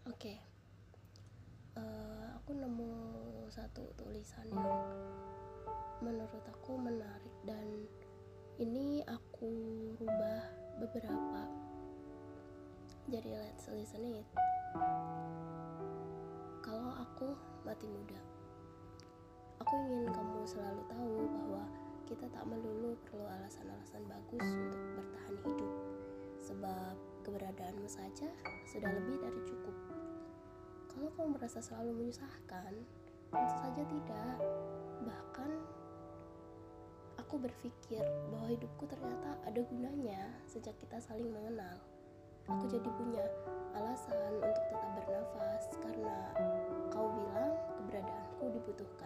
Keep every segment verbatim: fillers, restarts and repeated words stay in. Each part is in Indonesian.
Oke, eh, aku nemu satu tulisan yang menurut aku menarik dan ini aku rubah beberapa. Jadi let's listen it. Kalau aku mati muda, aku ingin kamu selalu tahu bahwa kita tak melulu perlu alasan-alasan bagus untuk bertahan hidup, sebab keberadaanmu saja sudah lebih dari cukup. Kalau kamu merasa selalu menyusahkan, tentu saja tidak. Bahkan aku berpikir bahwa hidupku ternyata ada gunanya sejak kita saling mengenal. Aku jadi punya alasan untuk tetap bernafas karena kau bilang keberadaanku dibutuhkan.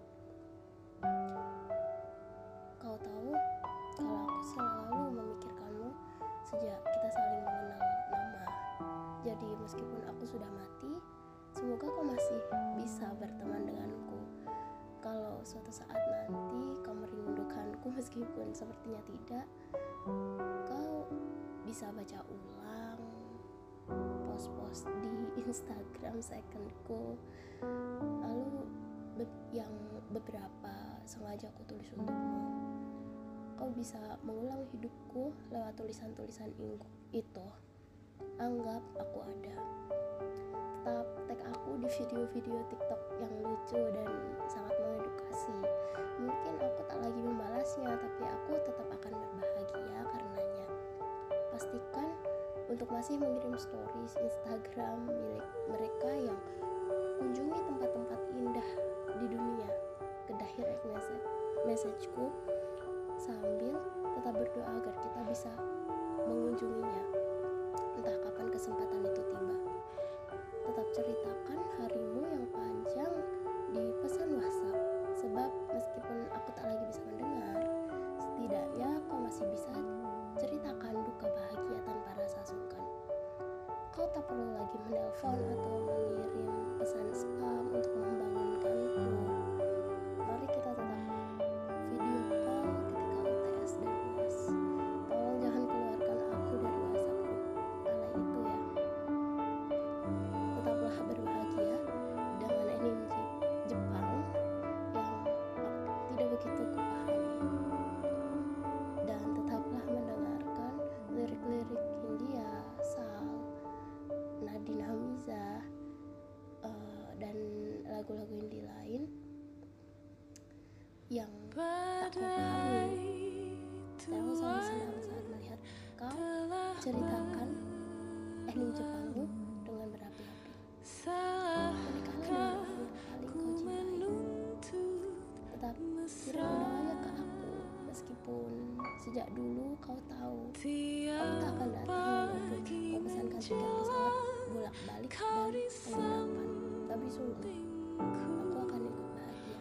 Kau tahu kalau aku selalu memikirkanmu sejak kita saling mengenal lama. Jadi meskipun aku sudah mati, semoga kau masih bisa berteman denganku. Kalau suatu saat nanti kau merindukanku meskipun sepertinya tidak, kau bisa baca ulang post-post di Instagram secondku, lalu be- yang beberapa sengaja aku tulis untukmu. Kau bisa mengulang hidupku lewat tulisan-tulisan itu. Anggap aku ada. Tetap tag aku di video-video TikTok yang lucu dan sangat mengedukasi. Mungkin aku tak lagi membalasnya, tapi aku tetap akan berbahagia karenanya. Pastikan untuk masih mengirim stories Instagram milik mereka yang kunjungi tempat-tempat indah di dunia ke direct message messageku sambil tetap berdoa agar kita bisa mengunjunginya entah kapan kesempatan itu tiba. Tetap ceritakan harimu yang panjang di pesan WhatsApp, sebab meskipun aku tak lagi bisa mendengar, setidaknya kau masih bisa ceritakan duka bahagia tanpa rasa sungkan. Kau tak perlu lagi menelpon atau mengirim pesan spam untuk membangunkanku. Mari kita tetap video call ketika U T S dan U A S. Tolong jangan keluarkan aku dari WhatsApp grup alay itu ya. Tetaplah berbahagia dengan anime Jepang yang tidak begitu kupahami. Dan tetaplah mendengarkan lirik-lirik Hindia, Sal, Nadine Hamizah, uh, dan lagu-lagu indie lain yang tak kau pahami. Dan aku sangat senang saat melihat kau ceritakan anime Jepangmu dengan berapi-api. Menikahlah dengan orang yang paling kau cintai. Tetap kirim undangannya ke aku, meskipun sejak dulu kau tahu aku tak akan datang walaupun kau pesankan tiket pesawat bolak-balik dan penginapan. Tapi sungguh, aku akan ikut bahagia.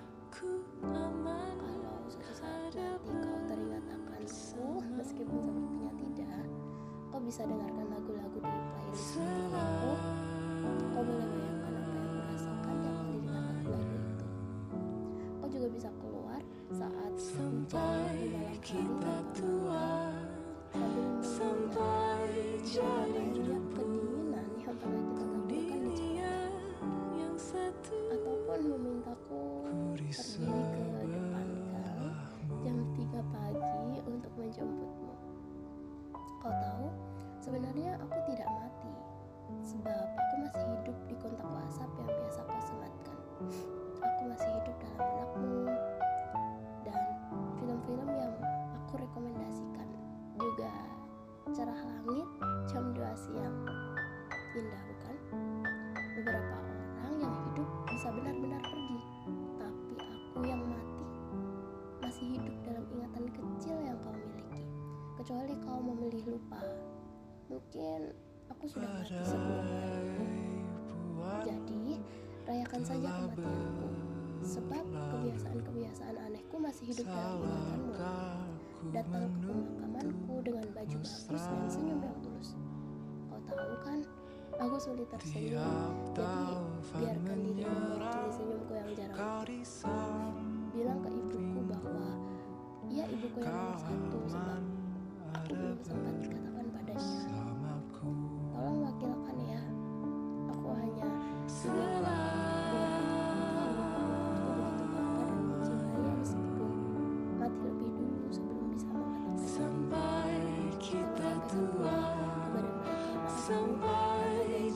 Kalau suatu saat nanti kau teringat akanku, meskipun sepertinya tidak, kau bisa dengarkan lagu-lagu di playlist aku. Kau boleh bayangkan apa yang aku rasakan tiap kali dengar lagu-lagu itu. Kau juga bisa keluar saat hujan di malam hari tanpa mangga, sambil mendengar juga banyak kedinginan yang pernah kita taklukkan di Jakarta, ataupun memintaku pergi ke depan gang jam tiga pagi untuk menjemputmu. Kau tahu, sebenarnya aku tidak mati, sebab aku masih hidup di kontak WhatsApp yang biasa kau sematkan. Aku masih hidup dalam benakmu dan film-film yang aku rekomendasikan. Juga Cerah Langit jam dua siang. Indah bukan? Beberapa orang yang hidup bisa benar-benar pergi, tapi aku yang mati masih hidup dalam ingatan kecil yang kau miliki. Kecuali kau memilih lupa. Mungkin aku sudah mati sebelum harimu. Jadi, rayakan saja kematianku, sebab kebiasaan-kebiasaan anehku masih hidup dalam ingatanmu. Datang ke pemakamanku dengan baju bagus dan senyum yang tulus. Kau tahu kan, aku sulit tersenyum, jadi biarkan dirimu mewakili senyumku yang jarang itu. Bilang ke ibuku bahwa ia ibuku yang nomor satu, sebab aku belum sempat katakan padanya. Tolong wakilkan ya, aku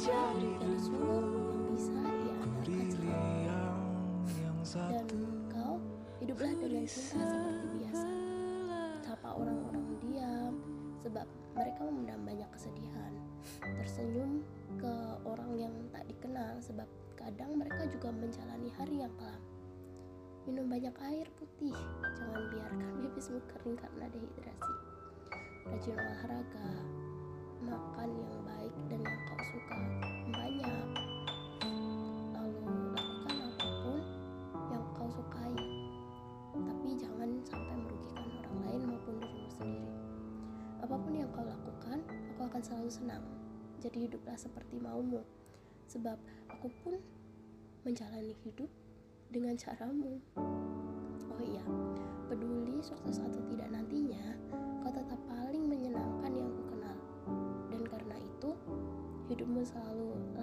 menjadi sulung yang bisa ia andalkan selalu. Dan kau hiduplah dengan cinta seperti biasa. Sapa orang-orang diam, sebab mereka memendam banyak kesedihan. Tersenyum ke orang yang tak dikenal, sebab kadang mereka juga menjalani hari yang kelam. Minum banyak air putih, jangan biarkan bibismu kering karena dehidrasi. Rajin olahraga, makan yang baik dan yang kau suka banyak. Lalu lakukan apapun yang kau sukai, tapi jangan sampai merugikan orang lain maupun dirimu sendiri. Apapun yang kau lakukan, aku akan selalu senang. Jadi hiduplah seperti maumu, sebab aku pun menjalani hidup dengan caramu. Oh iya, peduli sukses atau tidak nantinya, kau tetap paling menyenangkan yang ku kenal. Dan karena itu, hidupmu selalu